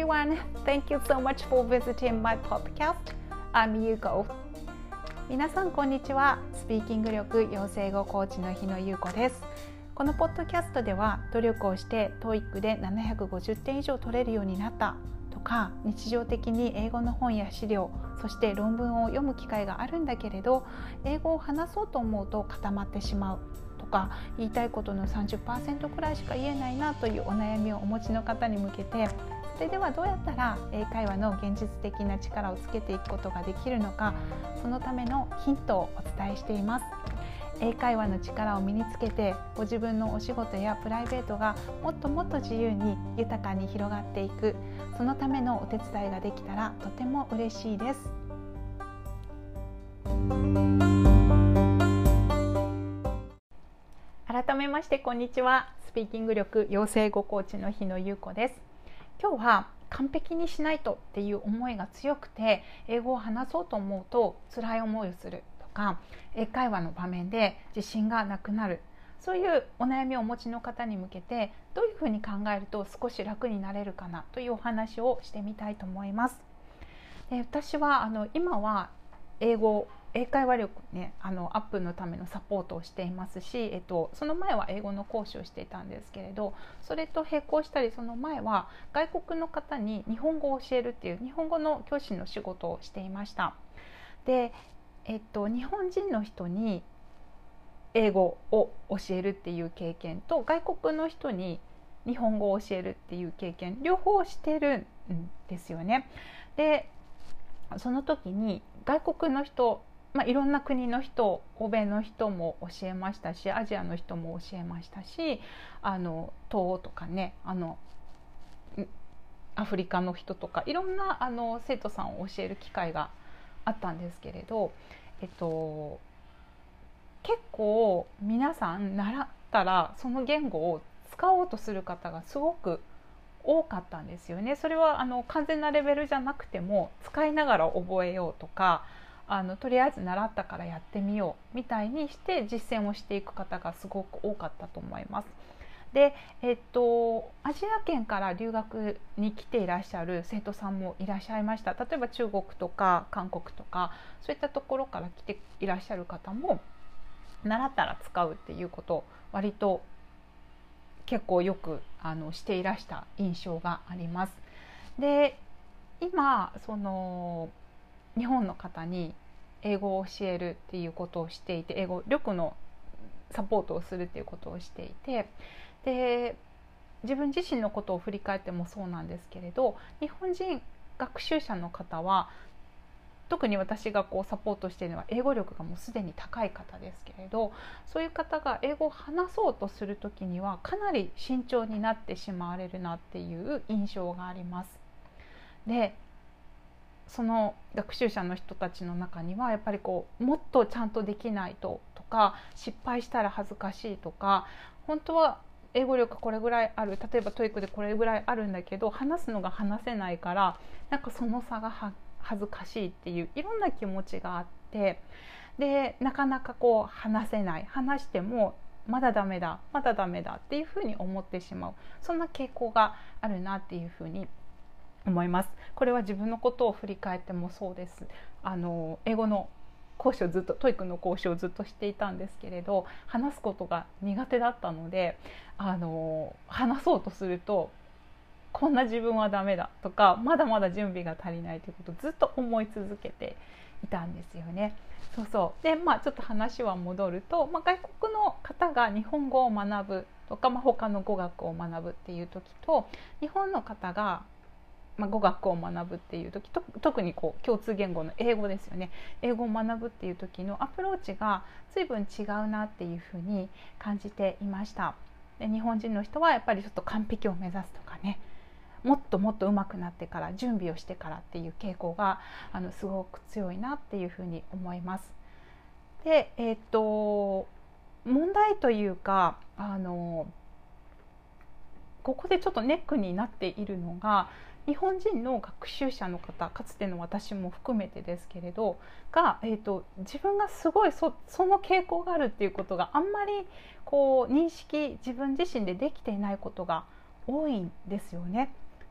everyone. Thank you so much for visiting my podcast. I'm Yuko. 皆さんこんにちは。スピーキング力養成語コーチの日野優子です。このポッドキャストでは努力をして TOEIC で750点以上取れるようになったとか、日常的に英語の本や資料、そして論文を読む機会があるんだけれど、英語を話そうと思うと固まってしまうとか、言いたいことの 30% くらいしか言えないなというお悩みをお持ちの方に向けて、それではどうやったら英会話の現実的な力をつけていくことができるのか、そのためのヒントをお伝えしています。英会話の力を身につけて、ご自分のお仕事やプライベートがもっともっと自由に豊かに広がっていく、そのためのお手伝いができたらとても嬉しいです。改めましてこんにちは。スピーキング力養成語コーチの日野優子です。今日は完璧にしないとっていう思いが強くて、英語を話そうと思うと辛い思いをするとか、英会話の場面で自信がなくなる、そういうお悩みをお持ちの方に向けて、どういうふうに考えると少し楽になれるかなというお話をしてみたいと思います。で、私は今は英会話力ね、アップのためのサポートをしていますし、その前は英語の講師をしていたんですけれど、それと並行したり、その前は外国の方に日本語を教えるっていう日本語の教師の仕事をしていました。で、日本人の人に英語を教えるっていう経験と、外国の人に日本語を教えるっていう経験、両方してるんですよね。で、その時に外国の人、いろんな国の人、欧米の人も教えましたし、アジアの人も教えましたし、東欧とかね、アフリカの人とか、いろんな生徒さんを教える機会があったんですけれど、結構皆さん習ったらその言語を使おうとする方がすごく多かったんですよね。それは完全なレベルじゃなくても、使いながら覚えようとか、とりあえず習ったからやってみようみたいにして実践をしていく方がすごく多かったと思います。で、アジア圏から留学に来ていらっしゃる生徒さんもいらっしゃいました。例えば中国とか韓国とか、そういったところから来ていらっしゃる方も、習ったら使うっていうことを割と結構よくしていらした印象があります。で、今日本の方に英語を教えるっていうことをしていて、英語力のサポートをするっていうことをしていて、で、自分自身のことを振り返ってもそうなんですけれど、日本人学習者の方は、特に私がサポートしているのは英語力がもうすでに高い方ですけれど、そういう方が英語を話そうとするときにはかなり慎重になってしまわれるなっていう印象があります。で、その学習者の人たちの中にはやっぱりもっとちゃんとできないととか、失敗したら恥ずかしいとか、本当は英語力これぐらいある、例えば TOEIC でこれぐらいあるんだけど話すのが話せないから、なんかその差が恥ずかしいっていういろんな気持ちがあって、でなかなか話せない、話してもまだダメだまだダメだっていうふうに思ってしまう、そんな傾向があるなっていうふうに思います。これは自分のことを振り返ってもそうです。英語の講師をずっとTOEICの講師をずっとしていたんですけれど、話すことが苦手だったので、話そうとするとこんな自分はダメだとか、まだまだ準備が足りないということをずっと思い続けていたんですよね。で、ちょっと話は戻ると、外国の方が日本語を学ぶとか、他の語学を学ぶっていう時と、日本の方が語学を学ぶっていう時と、特に共通言語の英語ですよね。英語を学ぶっていう時のアプローチが随分違うなっていうふうに感じていました。で、日本人の人はやっぱりちょっと完璧を目指すとかね、もっともっと上手くなってから準備をしてからっていう傾向がすごく強いなっていうふうに思います。で、問題というかここでちょっとネックになっているのが、日本人の学習者の方、かつての私も含めてですけれどが、自分がすごいその傾向があるっていうことがあんまり認識自分自身でできていないことが多いんですよね。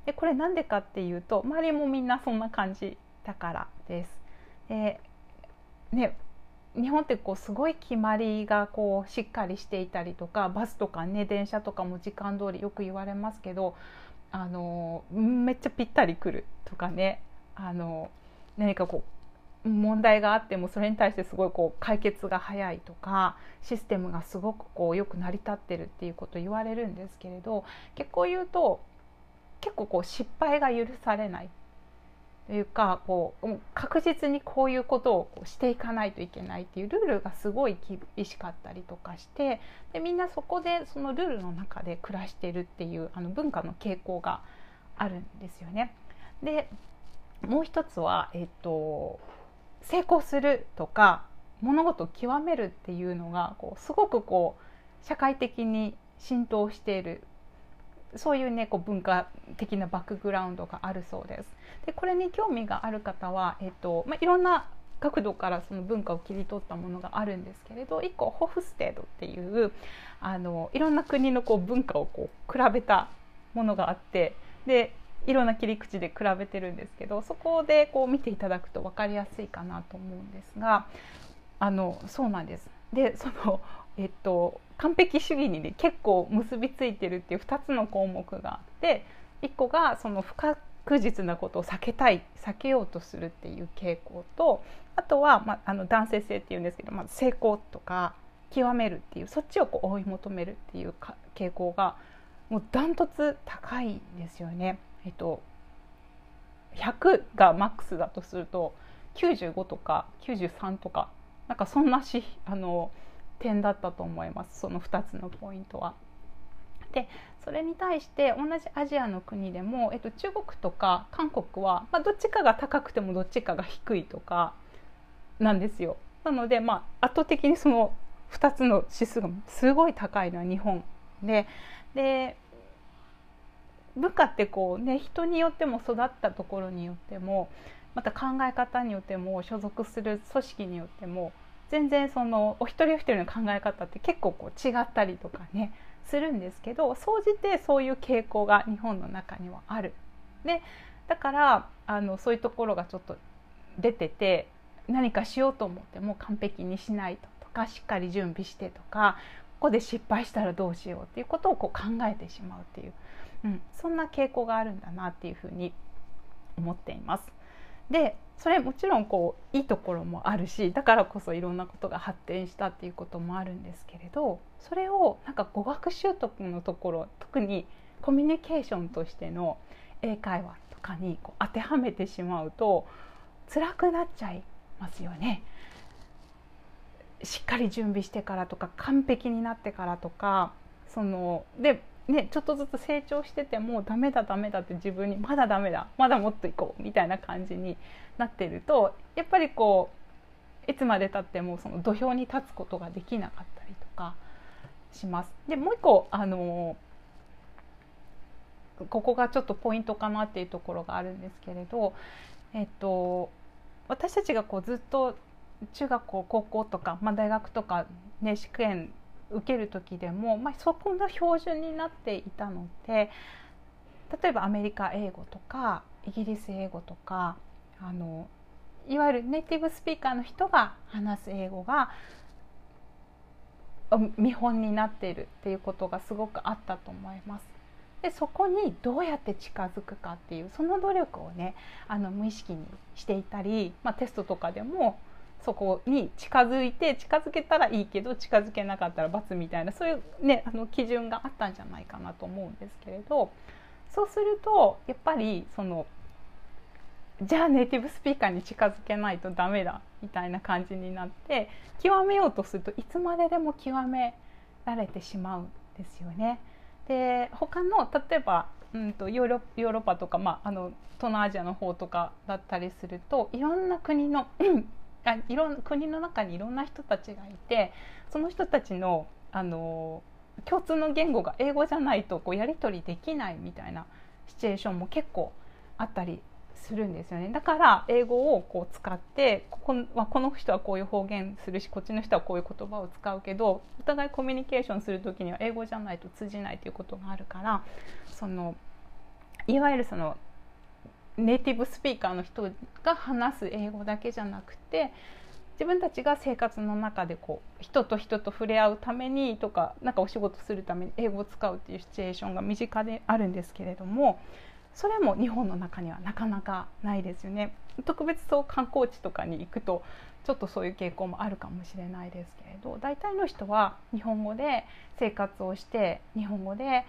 でこれなんでかっていうと、周りもみんなそんな感じだからです。でね、日本ってこうすごい決まりがこうしっかりしていたりとか、バスとかね、電車とかも時間通りよく言われますけど、めっちゃぴったり来るとかね、何かこう問題があってもそれに対してすごいこう解決が早いとか、システムがすごくこうよく成り立ってるっていうことを言われるんですけれど、結構言うと結構こう失敗が許されないというか、こう確実にこういうことをこうしていかないといけないっていうルールがすごい厳しかったりとかして、でみんなそこでそのルールの中で暮らしているっていう文化の傾向があるんですよね。でもう一つは、成功するとか物事を極めるっていうのがこうすごくこう社会的に浸透している、そういうねこう文化的なバックグラウンドがあるそうです。でこれに興味がある方は、いろんな角度からその文化を切り取ったものがあるんですけれど、1個ホフステードっていういろんな国のこう文化をこう比べたものがあって、でいろんな切り口で比べてるんですけど、そこでこう見ていただくと分かりやすいかなと思うんですが、そうなんです。でその完璧主義に、ね、結構結びついてるっていう2つの項目があって、1個がその不確実なことを避けようとするっていう傾向と、あとは、男性性っていうんですけど、成功とか極めるっていう、そっちをこう追い求めるっていう傾向がもうダントツ高いんですよね。100がマックスだとすると95とか93とか、なんかそんな点だったと思います、その2つのポイントは。でそれに対して同じアジアの国でも、中国とか韓国は、どっちかが高くてもどっちかが低いとかなんですよ。なので、圧倒的にその2つの指数がすごい高いのは日本で、文化ってこうね、人によっても育ったところによっても、また考え方によっても、所属する組織によっても全然そのお一人お一人の考え方って結構こう違ったりとかねするんですけど、総じてそういう傾向が日本の中にはある。でだからそういうところがちょっと出てて、何かしようと思っても完璧にしないとか、しっかり準備してとか、ここで失敗したらどうしようっていうことをこう考えてしまうっていう、そんな傾向があるんだなっていうふうに思っています。でそれもちろんこういいところもあるし、だからこそいろんなことが発展したっていうこともあるんですけれど、それをなんか語学習得のところ、特にコミュニケーションとしての英会話とかにこう当てはめてしまうと辛くなっちゃいますよね。しっかり準備してからとか、完璧になってからとか、でね、ちょっとずつ成長しててもダメだって自分にまだダメだ、まだもっといこうみたいな感じになってると、やっぱりこういつまでたってもその土俵に立つことができなかったりとかします。でもう一個ここがちょっとポイントかなっていうところがあるんですけれど、私たちがこうずっと中学校高校とか、大学とか、ね、試験受ける時でも、そこの標準になっていたので、例えばアメリカ英語とかイギリス英語とか、いわゆるネイティブスピーカーの人が話す英語が見本になっているっていうことがすごくあったと思います。でそこにどうやって近づくかっていう、その努力をね無意識にしていたり、テストとかでもそこに近づけたらいいけど近づけなかったら×みたいな、そういうね基準があったんじゃないかなと思うんですけれど、そうするとやっぱりじゃあネイティブスピーカーに近づけないとダメだみたいな感じになって、極めようとするといつまででも極められてしまうんですよね。で他の例えばヨーロッパとか、東南アジアの方とかだったりすると、いろんな国の国の中にいろんな人たちがいて、その人たちの、共通の言語が英語じゃないとこうやり取りできないみたいなシチュエーションも結構あったりするんですよね。だから英語をこう使って、この人はこういう方言するし、こっちの人はこういう言葉を使うけど、お互いコミュニケーションする時には英語じゃないと通じないということがあるから、 いわゆるそのネイティブスピーカーの人が話す英語だけじゃなくて、自分たちが生活の中でこう人と人と触れ合うためにとか、なんかお仕事するために英語を使うっていうシチュエーションが身近であるんですけれども、それも日本の中にはなかなかないですよね。特別そう観光地とかに行くとちょっとそういう傾向もあるかもしれないですけれど、大体の人は日本語で生活をして、日本語で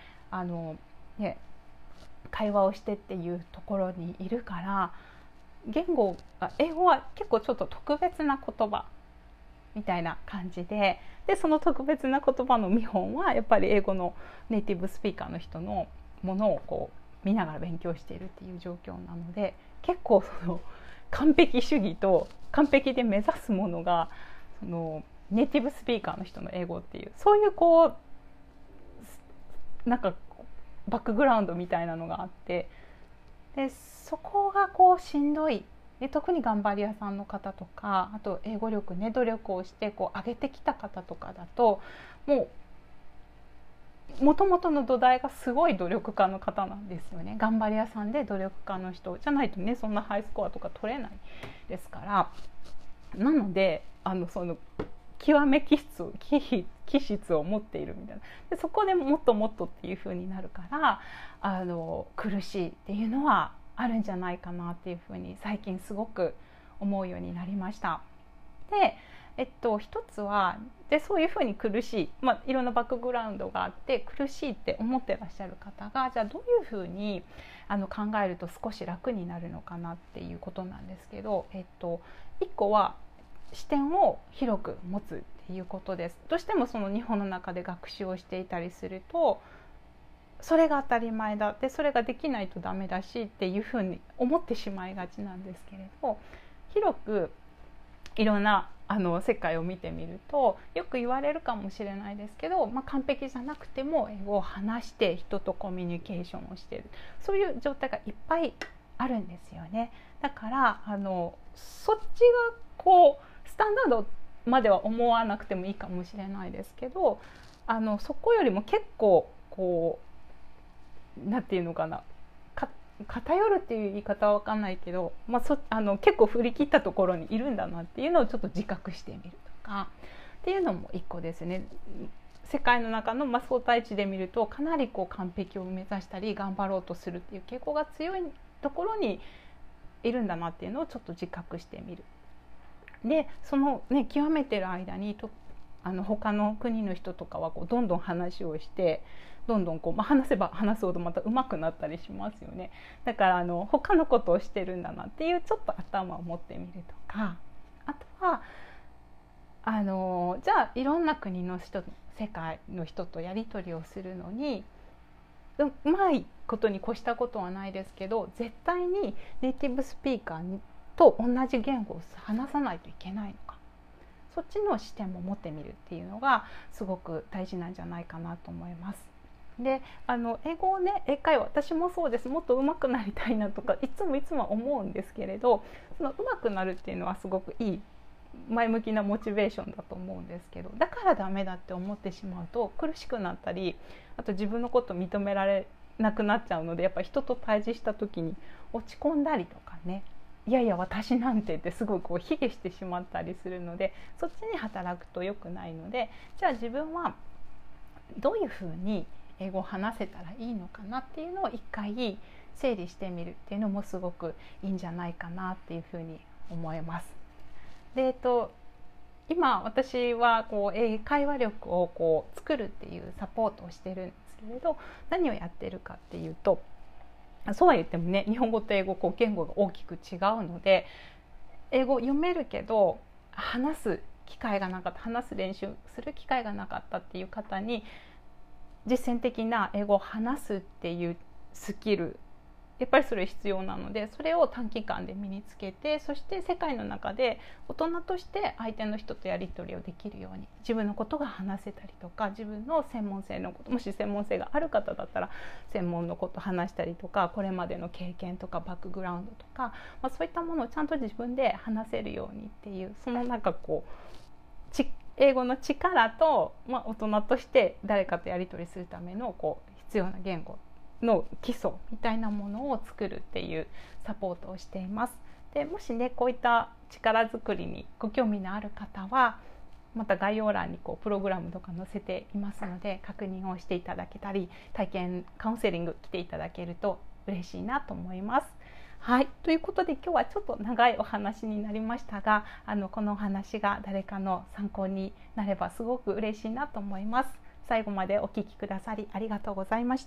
会話をしてっていうところにいるから、英語は結構ちょっと特別な言葉みたいな感じで、その特別な言葉の見本はやっぱり英語のネイティブスピーカーの人のものをこう見ながら勉強しているっていう状況なので、結構その完璧主義と完璧で目指すものがそのネイティブスピーカーの人の英語っていう、そういうこうなんかバックグラウンドみたいなのがあって、でそこがこうしんどいで、特に頑張り屋さんの方とか、あと英語力ね、努力をしてこう上げてきた方とかだと、もともとの土台がすごい努力家の方なんですよね。頑張り屋さんで努力家の人じゃないとね、そんなハイスコアとか取れないですから、なのでその極め気質を持っているみたいな、でそこでもっともっとっていう風になるから苦しいっていうのはあるんじゃないかなっていう風に最近すごく思うようになりました。で一つはそういう風に苦しい、いろんなバックグラウンドがあって苦しいって思ってらっしゃる方が、じゃあどういう風に考えると少し楽になるのかなっていうことなんですけど、一個は視点を広く持つっていうことです。どうしてもその日本の中で学習をしていたりすると、それが当たり前だ、でそれができないとダメだしっていうふうに思ってしまいがちなんですけれど、広くいろんな世界を見てみると、よく言われるかもしれないですけど、完璧じゃなくても英語を話して人とコミュニケーションをしている、そういう状態がいっぱいあるんですよね。だからそっちがこうスタンダードまでは思わなくてもいいかもしれないですけど、そこよりも結構こうなんていうのかな、偏るっていう言い方は分かんないけど、結構振り切ったところにいるんだなっていうのをちょっと自覚してみるとかっていうのも一個ですね。世界の中の相対値で見るとかなりこう完璧を目指したり頑張ろうとするっていう傾向が強いところにいるんだなっていうのをちょっと自覚してみる。でそのね極めてる間に他の国の人とかはこうどんどん話をしてどんどんこう、話せば話すほどまた上手くなったりしますよね。だから他のことをしてるんだなっていうちょっと頭を持ってみるとか、あとはじゃあいろんな国の人、世界の人とやり取りをするのにうまいことに越したことはないですけど、絶対にネイティブスピーカーと同じ言語を話さないといけないのか、そっちの視点も持ってみるっていうのがすごく大事なんじゃないかなと思います。で英語をね、英会話、私もそうです。もっと上手くなりたいなとかいつも思うんですけれど、その上手くなるっていうのはすごくいい前向きなモチベーションだと思うんですけど、だからダメだって思ってしまうと苦しくなったり、あと自分のこと認められなくなっちゃうので、やっぱり人と対峙した時に落ち込んだりとかね、いやいや私なんてってすごいこう卑下してしまったりするので、そっちに働くと良くないので、じゃあ自分はどういうふうに英語を話せたらいいのかなっていうのを一回整理してみるっていうのもすごくいいんじゃないかなっていうふうに思います。で今私はこう英会話力をこう作るっていうサポートをしてるんですけれど、何をやってるかっていうと、そうは言ってもね、日本語と英語こう言語が大きく違うので、英語読めるけど話す機会がなかった、話す練習する機会がなかったっていう方に、実践的な英語を話すっていうスキル、やっぱりそれ必要なので、それを短期間で身につけて、そして世界の中で大人として相手の人とやり取りをできるように、自分のことが話せたりとか、自分の専門性のこと、もし専門性がある方だったら専門のことを話したりとか、これまでの経験とかバックグラウンドとか、そういったものをちゃんと自分で話せるようにっていう、そのなんかこう英語の力と、大人として誰かとやり取りするためのこう必要な言語の基礎みたいなものを作るっていうサポートをしています。でもしねこういった力づくりにご興味のある方はまた概要欄にプログラムとか載せていますので確認をしていただけたり体験カウンセリング来ていただけると嬉しいなと思います。はい、ということで今日はちょっと長いお話になりましたがこのお話が誰かの参考になればすごく嬉しいなと思います。最後までお聞きくださりありがとうございました。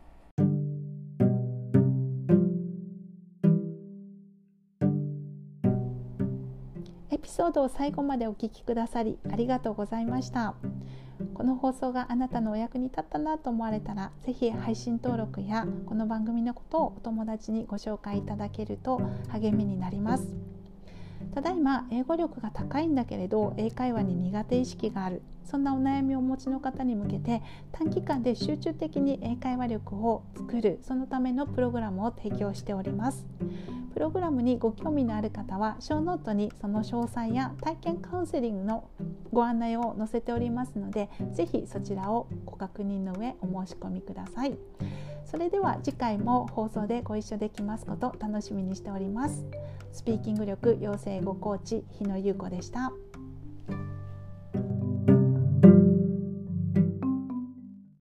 エピソードを最後までお聞きくださりありがとうございました。この放送があなたのお役に立ったなと思われたら、ぜひ配信登録やこの番組のことをお友達にご紹介いただけると励みになります。ただいま英語力が高いんだけれど英会話に苦手意識がある、そんなお悩みをお持ちの方に向けて短期間で集中的に英会話力を作る、そのためのプログラムを提供しております。プログラムにご興味のある方はショーノートにその詳細や体験カウンセリングのご案内を載せておりますので、ぜひそちらをご確認の上お申し込みください。それでは次回も放送でご一緒できますこと楽しみにしております。スピーキング力養成語コーチ日野優子でした。